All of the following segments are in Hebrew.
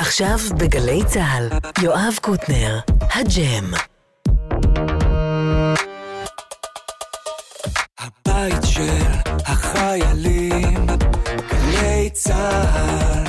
עכשיו בגלי צהל, יואב קוטנר, הג'ם. הבית של החיילים, גלי צהל.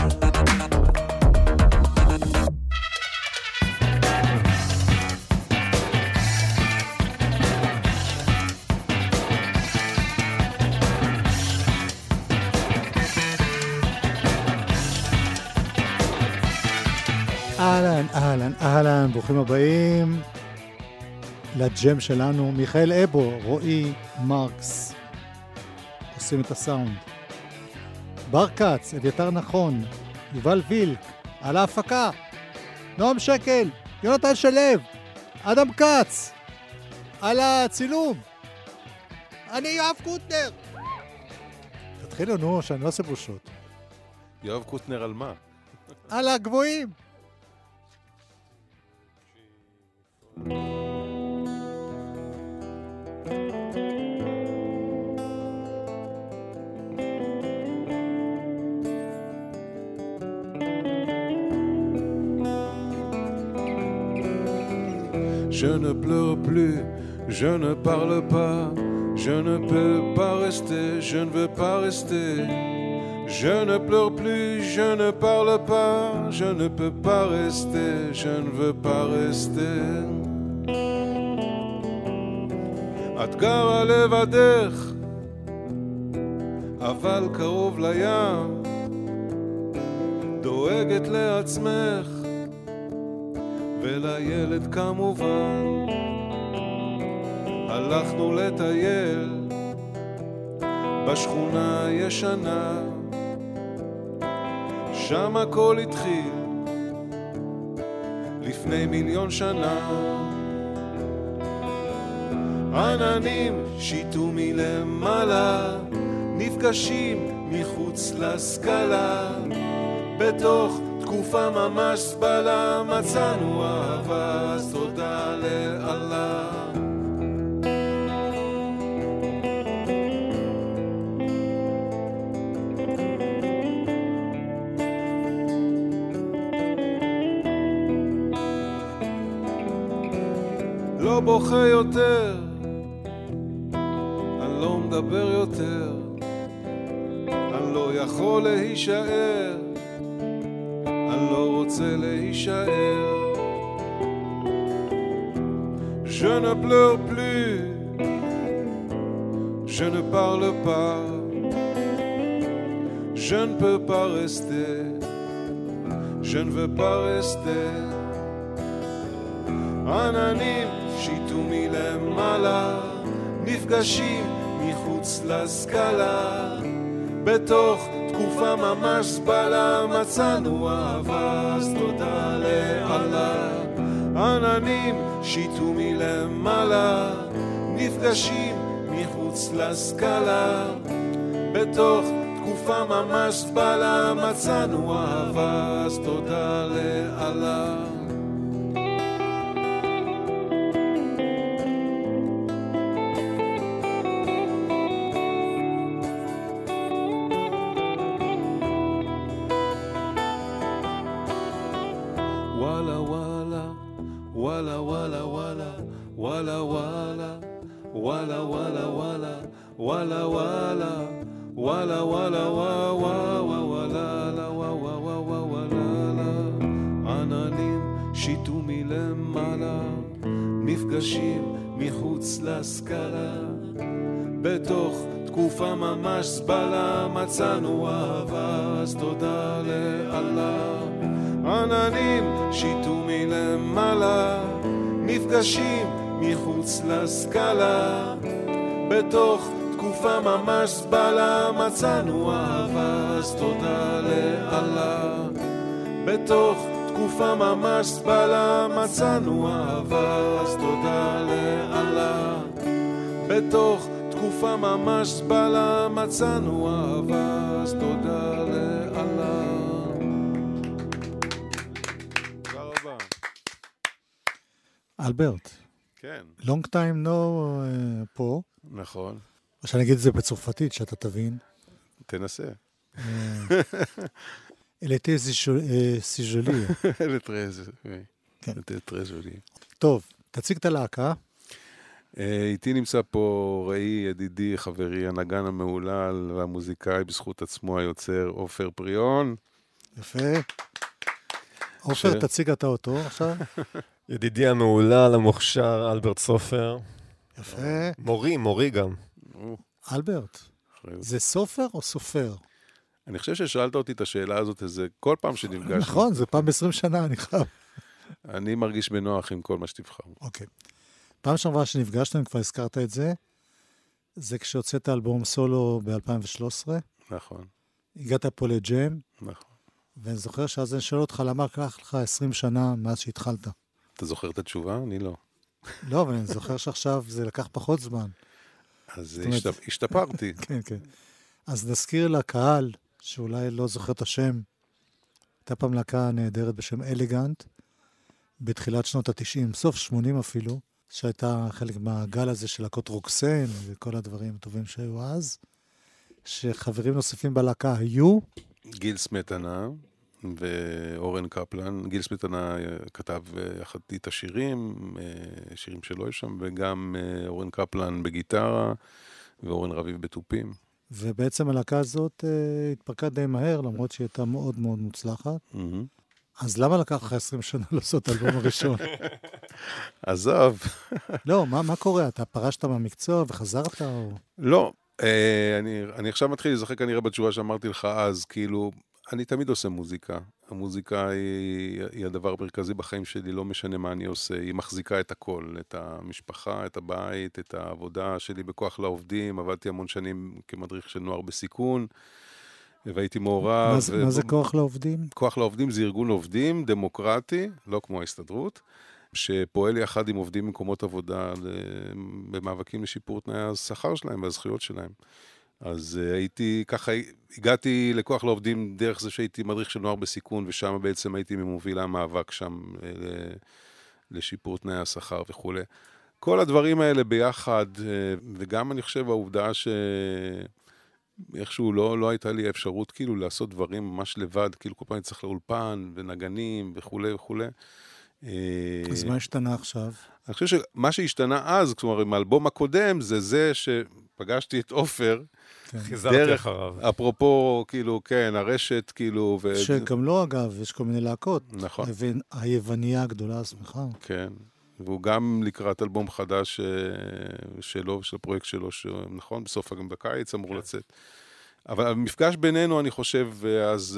אהלן, אהלן, אהלן, ברוכים הבאים לג'ם שלנו. מיכאל אבו, רועי מרקס עושים את הסאונד, בר קץ, אביתר נכון, יובל וילק על ההפקה, נועם שקל, יונתן שלב, אדם קץ על הצילום, אני יואב קוטנר. תתחילו נו, שאני לא עושה בושות. יואב קוטנר על מה? על הגבוהים. Je ne pleure plus, je ne parle pas, je ne peux pas rester, je ne veux pas rester. Je ne pleure plus, je ne parle pas, je ne peux pas rester, je ne veux pas rester. את גרה לבדך, אבל קרוב לים, דואגת לעצמך ולילד כמובן. הלכנו לטייל בשכונה הישנה, שם הכל התחיל לפני 1,000,000 שנה. עננים שיטו מלמעלה, נפגשים מחוץ לסקלה, בתוך תקופה ממש סבלה מצאנו אהבה, אז תודה לאללה. לא בוכה יותר, אני לא מדבר יותר, אני לא יכול להישאר, אני לא רוצה להישאר. Je ne pleure plus, je ne parle pas, je ne peux pas rester, je ne veux pas rester. עננים שיטו מלמעלה, נפגשים מחוץ לסקלה, בתוך תקופה ממש סבלה מצאנו אהבה, אז תודה לאללה. עננים שיטו מלמעלה, נפגשים מחוץ לסקלה, בתוך תקופה ממש סבלה מצאנו אהבה, אז תודה לאללה. בתוך תקופה ממש סבלה מצאנו אהבה, אז תודה לאללה. עננים שיטו מלמעלה, נפגשים מחוץ לסקלה, בתוך תקופה ממש סבלה מצאנו אהבה, אז תודה לאללה. בתוך תקופה ממש סבלה מצאנו אהבה, אז תודה לאללה. בתוך תקופה ממש סבלה מצאנו אהבה, אז תודה לאללה. תודה רבה. אלברט. כן. long time no פה. נכון. או שאני אגיד את זה בצרפתית, שאתה תבין. תנסה. Elle était si jolie. Elle est très jolie. טוב, תציג את הלהקה. איתי נמצא פה ראי, ידידי, חברי, הנגן המהולל והמוזיקאי בזכות עצמו היוצר, עופר פריון. יפה. עופר, תציג אתה אותו עכשיו. ידידי המהולל, המוכשר, אלברט סופר. יפה. מורי גם. אלברט, זה סופר או סופר? אני חושב ששאלת אותי את השאלה הזאת איזה כל פעם שנפגשנו. נכון, זה פעם ב-20 שנה, אני חייב. אני מרגיש בנוח עם כל מה שתבחר. אוקיי. פעם שעברה שנפגשנו, כבר הזכרת את זה, זה כשהוצאת אלבום סולו ב-2013. נכון. הגעת פה לג'ם. נכון. ואני זוכר שאז אני שואל אותך, למה לקח לך 20 שנה מאז שהתחלת? אתה זוכר את התשובה? אני לא. לא, אבל אני זוכר שעכשיו זה לקח פחות זמן. אז השתפרתי. כן, כן. אז נזכיר לקהל, שאולי לא זוכר את השם, הייתה פעם להקה נהדרת בשם אלגנט, בתחילת שנות ה-90, סוף 80 אפילו, שהייתה חלק מהגל הזה של להקות רוקסן, וכל הדברים הטובים שהיו אז, שחברים נוספים בלהקה היו... גיל סמטנה ואורן קפלן. גיל סמטנה כתב יחד את השירים, שירים שלו יש שם, וגם אורן קפלן בגיטרה, ואורן רביב בטופים. ובעצם הלהקה הזאת התפרקה די מהר, למרות שהיא הייתה מאוד מאוד מוצלחת. אז למה לקח לך 20 שנה לעשות אלבום הראשון? עזוב. לא, מה קורה? אתה פרשת מהמקצוע וחזרת או... לא, אני עכשיו מתחיל להיזכר כנראה בתשובה שאמרתי לך אז, כאילו, אני תמיד עושה מוזיקה. המוזיקה היא הדבר המרכזי בחיים שלי, לא משנה מה אני עושה. היא מחזיקה את הכל, את המשפחה, את הבית, את העבודה שלי בכוח לעובדים. עבדתי המון שנים כמדריך של נוער בסיכון, והייתי מעורב. מה זה כוח לעובדים? כוח לעובדים זה ארגון עובדים דמוקרטי, לא כמו ההסתדרות, שפועל יחד עם עובדים במקומות עבודה במאבקים לשיפור תנאי השכר שלהם והזכויות שלהם. אז ככה הגעתי לכוח לעובדים דרך זה שהייתי מדריך של נוער בסיכון, ושם בעצם הייתי ממוביל המאבק שם לשיפור תנאי השכר וכו'. כל הדברים האלה ביחד, וגם אני חושב העובדה שאיכשהו לא הייתה לי אפשרות כאילו לעשות דברים ממש לבד, כאילו כל פעם צריך לאולפן ונגנים וכו' וכו'. אז מה השתנה עכשיו? אני חושב שמה שהשתנה אז, כלומר עם האלבום הקודם, זה שפגשתי את עופר, חיזרתי אחריו. אפרופו, כאילו, כן, הרשת, כאילו... שגם לא, אגב, יש כל מיני להקות. נכון. היווניה הגדולה, שמחה. כן, והוא גם לקראת אלבום חדש שלו, של הפרויקט שלו, נכון, בסוף גם בקיץ אמור לצאת. אבל המפגש בינינו, אני חושב, אז...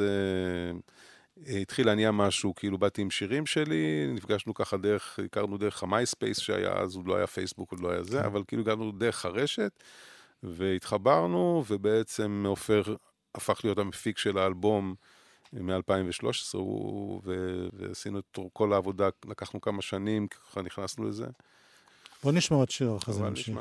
התחיל להניע משהו, כאילו באתי עם שירים שלי, נפגשנו ככה הכרנו דרך המייספייס שהיה אז, עוד לא היה פייסבוק, עוד לא היה זה, אבל כאילו הגענו דרך הרשת, והתחברנו, ובעצם עופר הפך להיות המפיק של האלבום מ-2013, ועשינו את כל העבודה, לקחנו כמה שנים, ככה נכנסנו לזה. בוא נשמע עוד שיר, אחרי זה נמשיך.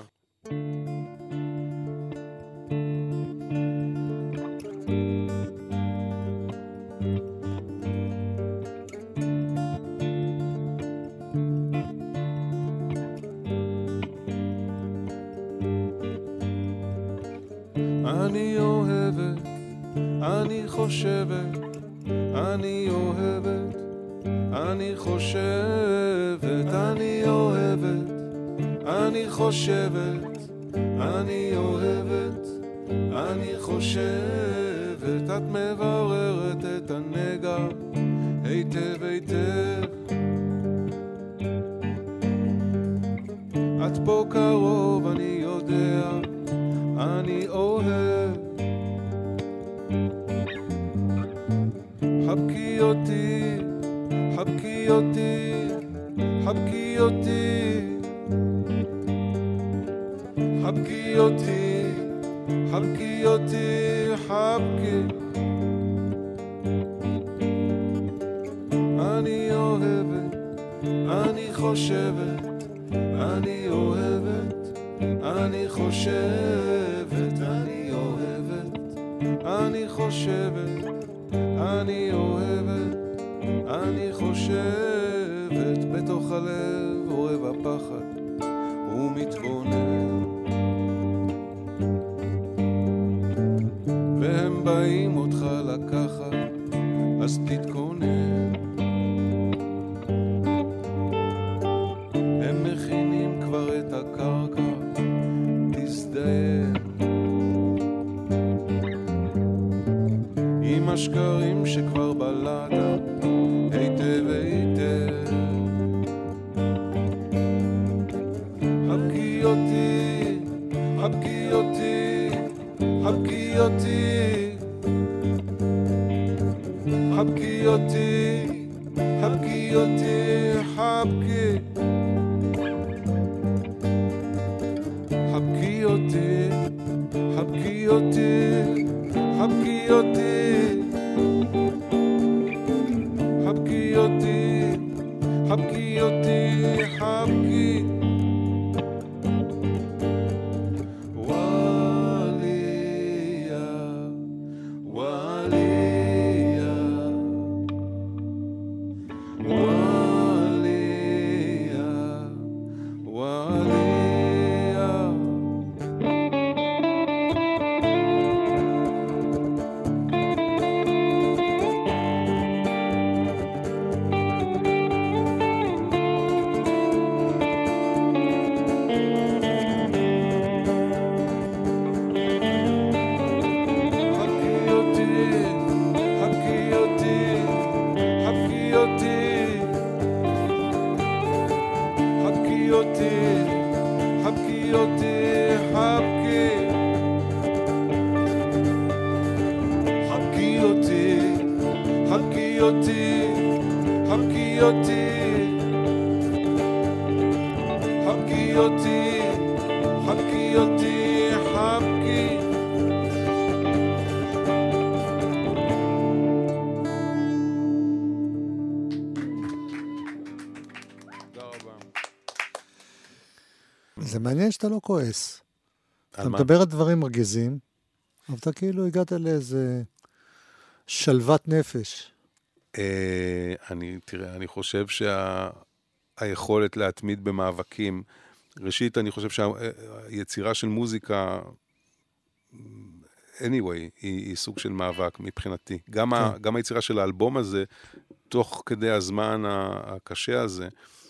אני אוהבת, אני חושבת, אני אוהבת, אני חושבת, אני אוהבת, אני חושבת, אני אוהבת, אני חושבת, את מבררת את הנגע היטב היטב, את פה קרוב, אני יודע, אני אוהב, חבקי אותי, חבקי אותי, חבקי אותי, חבקי אותי, חבקי אותי, חבקי. אני אוהבת, אני חושבת, אני אוהבת, אני חושבת, אני אוהבת, אני חושבת, אני אוהבת, אני חושבת, בתוך הלב אוהב הפחד, הוא מתבונן, והם באים אותך לקחת, אז תתכונן. הם מכינים כבר את הקרקע, תזדהן עם השקרים שכבר בלעת היטב היטב. הבקי אותי, הבקי אותי, הבקי אותי, הבקי אותי, הבקי אותי, הבקי הבקי אותי, הבקי אותי, הבקי אותי, הבקי אותי, הבקי אותי, הבקי. זה מעניין שאתה לא כועס. אתה מדבר על דברים מרגיזים, אבל אתה כאילו הגעת לאיזה שלוות נפש. תראה, אני חושב שהיכולת להתמיד במאבקים, ראשית, אני חושב שהיצירה של מוזיקה, anyway, היא סוג של מאבק מבחינתי. גם היצירה של האלבום הזה, תוך כדי הזמן הקשה הזה,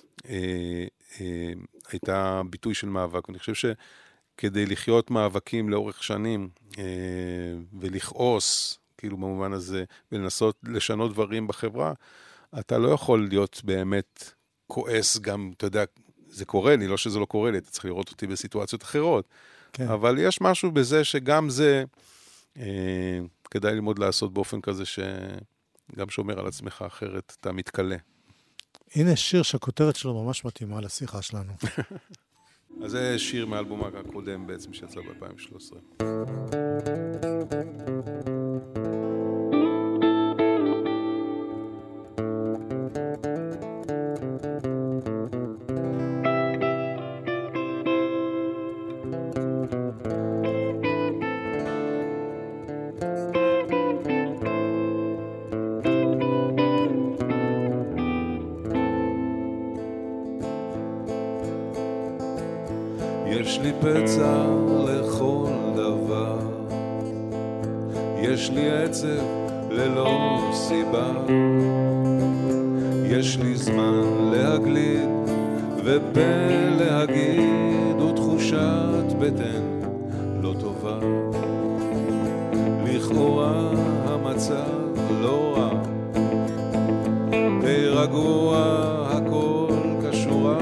הייתה ביטוי של מאבק. ואני חושב שכדי לחיות מאבקים לאורך שנים, ולכעוס, כאילו במובן הזה, ולנסות לשנות דברים בחברה, אתה לא יכול להיות באמת כועס גם, אתה יודע, זה קורה לי, לא שזה לא קורה לי, אתה צריך לראות אותי בסיטואציות אחרות. כן. אבל יש משהו בזה שגם זה, כדאי ללמוד לעשות באופן כזה שגם שומר על עצמך אחרת, אתה מתקלה. הנה שיר שהכותרת שלו ממש מתאימה לשיחה שלנו. אז זה שיר מאלבום הקודם בעצם שיצא ב-2013. יש לי פצע לכל דבר, יש לי עצב ללא סיבה, יש לי זמן להגליד ופה להגיד ותחושת בטן לא טובה. לכאורה המצב לא רע, די רגוע הכל קשורה,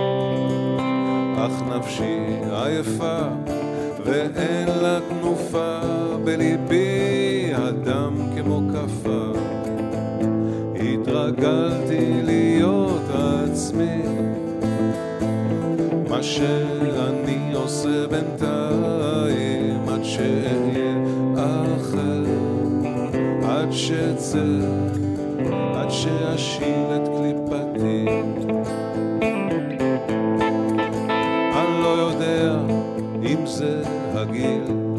אך נפשי עייפה ואין לה תנופה, בליבי הדם כמו כפה. התרגלתי להיות עצמי, מה שאני עושה בינתיים, עד שאהיה אחר, עד שצא, עד שאשיל את קליפתי. אני לא יודע אם זה הגיל,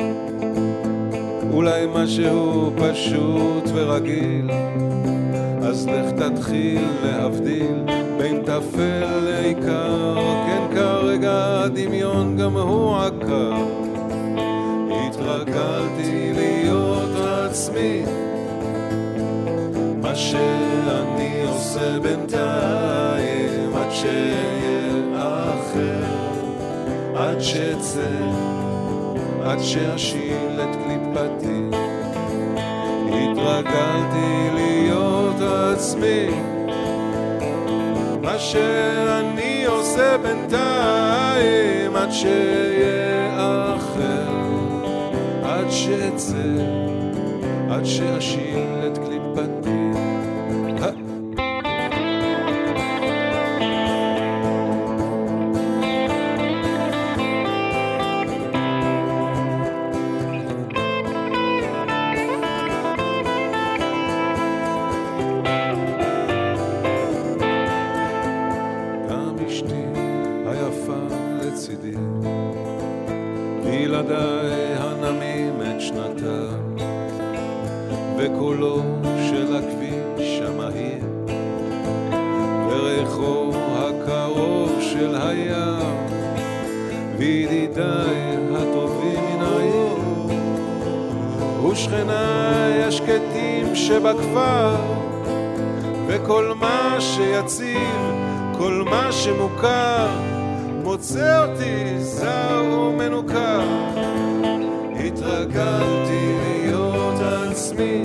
אולי משהו פשוט ורגיל, אז לך תתחיל להבדיל בין תפל לעיקר, כן כרגע הדמיון גם הוא עקר. התרגלתי להיות עצמי, מה מה שאני עושה בינתיים, עד שיהיה אחר, עד שצא, עד שאשיל את קליפתי. התרגלתי להיות עצמי, מה שאני עושה בינתיים, עד שיהיה אחר, עד שאצא, עד שאשיל את קליפתי. בלעדיי הנמים את שנתה, וקולו של הכביש המהיר, וריחו הקרוב של הים, וידידיי הטובים מן העיר, ושכניי השקטים שבכפר, וכל מה שיציב, כל מה שמוכר, מוצא אותי זר ומנוכר. התרגלתי להיות עצמי,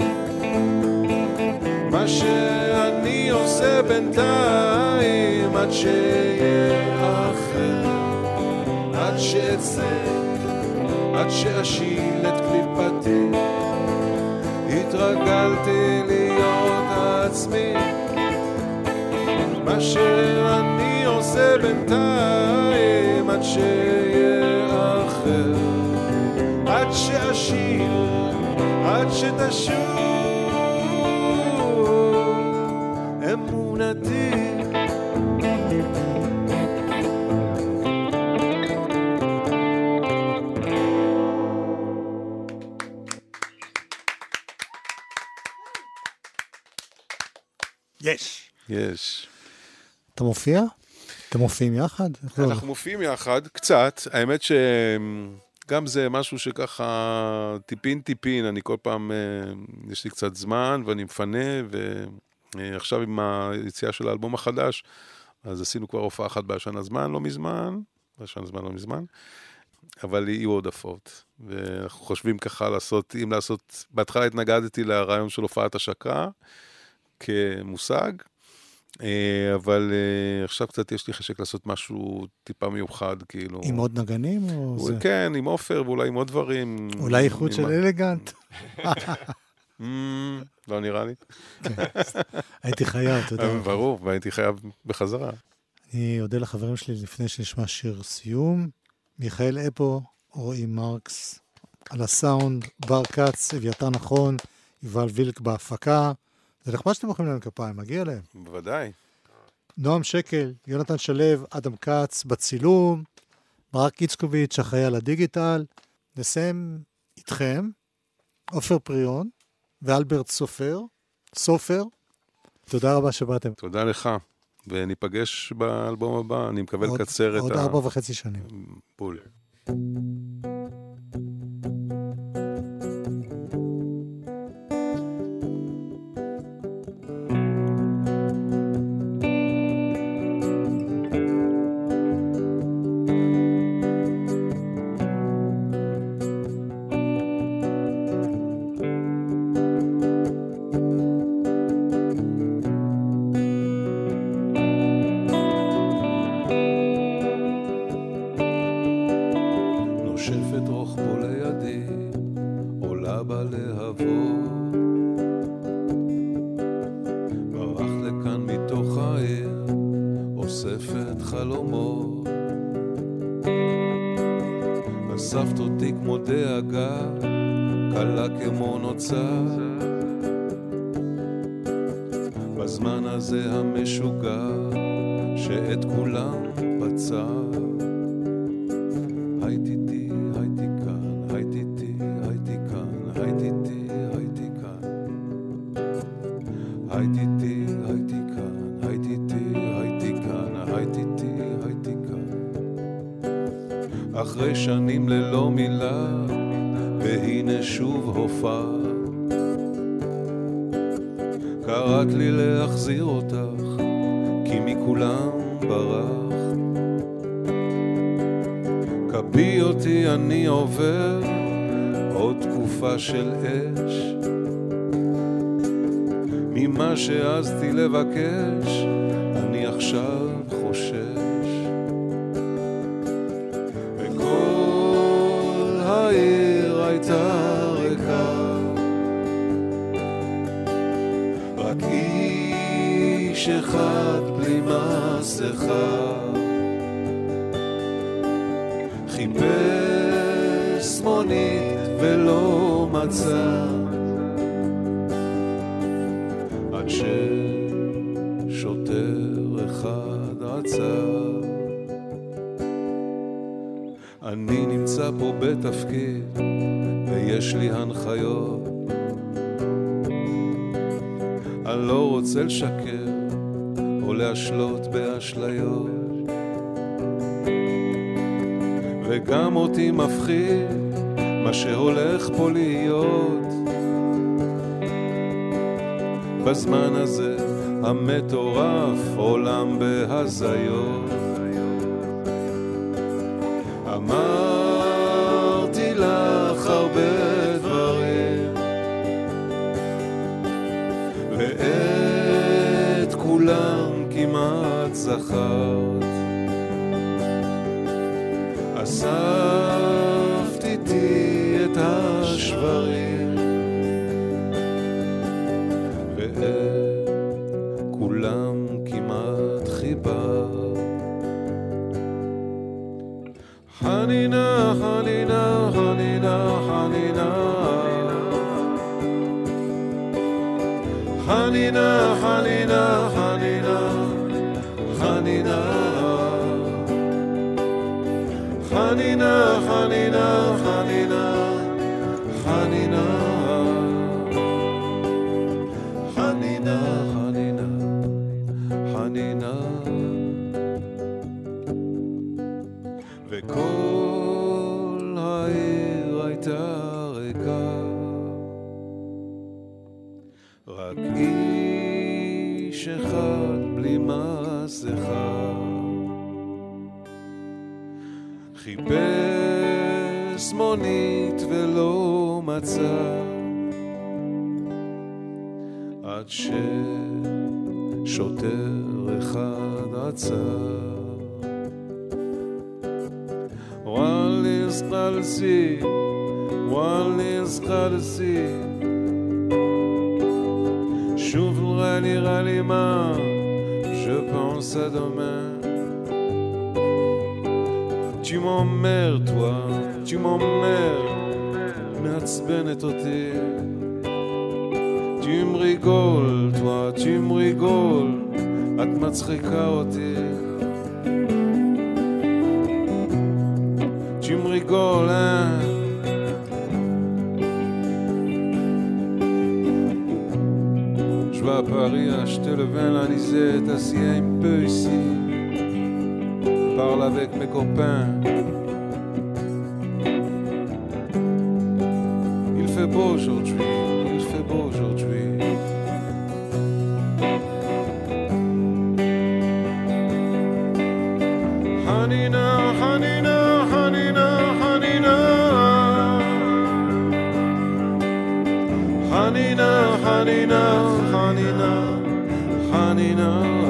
מה שאני עושה בינתיים, עד שיהיה אחר, עד שאצא, עד שאשיל את קליפתי. התרגלתי להיות עצמי, מה שאני עושה בינתיים, עד שיהיה אחר, עד שאשיל, עד שתשוב אמונתי. יש. אתה מופיע? אתם מופיעים יחד? אנחנו מופיעים יחד, קצת. האמת שגם זה משהו שככה טיפין, אני כל פעם, יש לי קצת זמן ואני מפנה, ועכשיו עם היציאה של האלבום החדש, אז עשינו כבר הופעה אחת בעשן הזמן לא מזמן, אבל יהיו עוד הופעות. ואנחנו חושבים ככה לעשות, בהתחלה התנגדתי לרעיון של הופעת השקה, כמושג, אבל עכשיו קצת יש לי חשק לעשות משהו טיפה מיוחד, כאילו. עם עוד נגנים או זה? כן, עם אופר ואולי עם עוד דברים. אולי איחוד של אלגנט? לא נראה לי. הייתי חייב, תודה. ברור, והייתי חייב בחזרה. אני אודה לחברים שלי לפני שנשמע שיר סיום. מיכאל אפו, רועי מרקס, על הסאונד, בר קץ, אביתר נכון, יובל וילק בהפקה. זה נחמד שאתם מוכנים להם כפיים, מגיע להם. בוודאי. נועם שקל, יונתן שלב, אדם קץ בצילום, ברק איצקוביץ' אחראי על הדיגיטל. נסיים איתכם, עופר פריון ואלברט סופר. תודה רבה שבאתם. תודה לך, וניפגש באלבום הבא, אני מקווה לקצר את עוד 4.5 שנים. בול. אספת אותי כמו דאגה, קלה כמו נוצה, בזמן הזה המשוגע שאת כולם פצע. הייתי כאן, הייתי כאן, הייתי כאן, אחרי שנים ללא מילה, והנה שוב הופעה. קראת לי להחזיר אותך, כי מכולם ברחת. קבי אותי, אני עובר עוד תקופה של אש. ממה שעזתי לבקש, אני עכשיו חושש. וכל העיר הייתה ריקה, רק איש אחד בלי מסכה חיפש מונית ולא מצא, עד ששוטר אחד עצר. אני נמצא פה בתפקיד ויש לי הנחיות, אני לא רוצה לשקר או להשלות באשליות, וגם אותי מפחיד מה שהולך פה להיות. בזמן הזה המטורף עולם בהזיות. אמרתי לך הרבה דברים ואת כולם כמעט זכרת. אספת איתי את השברים ואת כולם כמעט חיבר. חנינה, חנינה, חנינה, חנינה, חנינה, חנינה, חנינה, חנינה, חנינה, חנינה, חנינה, חנינה, חנינה, חנינה, חנינה. וכל העיר הייתה ריקה, רק איש אחד בלי מסכה חיפש מונית ולא מצא, עד ששוטר אחד עצר. Wallis Khalsi, Wallis Khalsi, Chouf rali rali ma, je pense à demain. Tu m'emmerdes toi, tu m'emmerdes, מעצבנת אותי. Tu me rigoles toi, tu me rigoles, את מצחיקה אותי. Tu me rigoles, hein? Je vais à Paris acheter le vin, l'anisette, assis un peu ici. Parle avec mes copains. Il fait beau aujourd'hui, il fait beau aujourd'hui. Hanina, Hanina, Hanina, Hanina, Hanina, Hanina, Hanina, Hanina,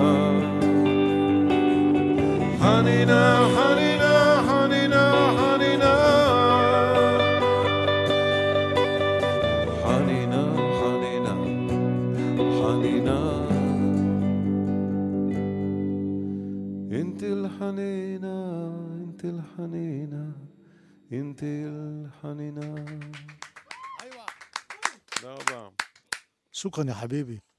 Hanina, Hanina, Hanina, Hanina, Hanina, Hanina, Hanina. انت الحنينة انت الحنينة انت الحنينة. שוכרן יא חביבי.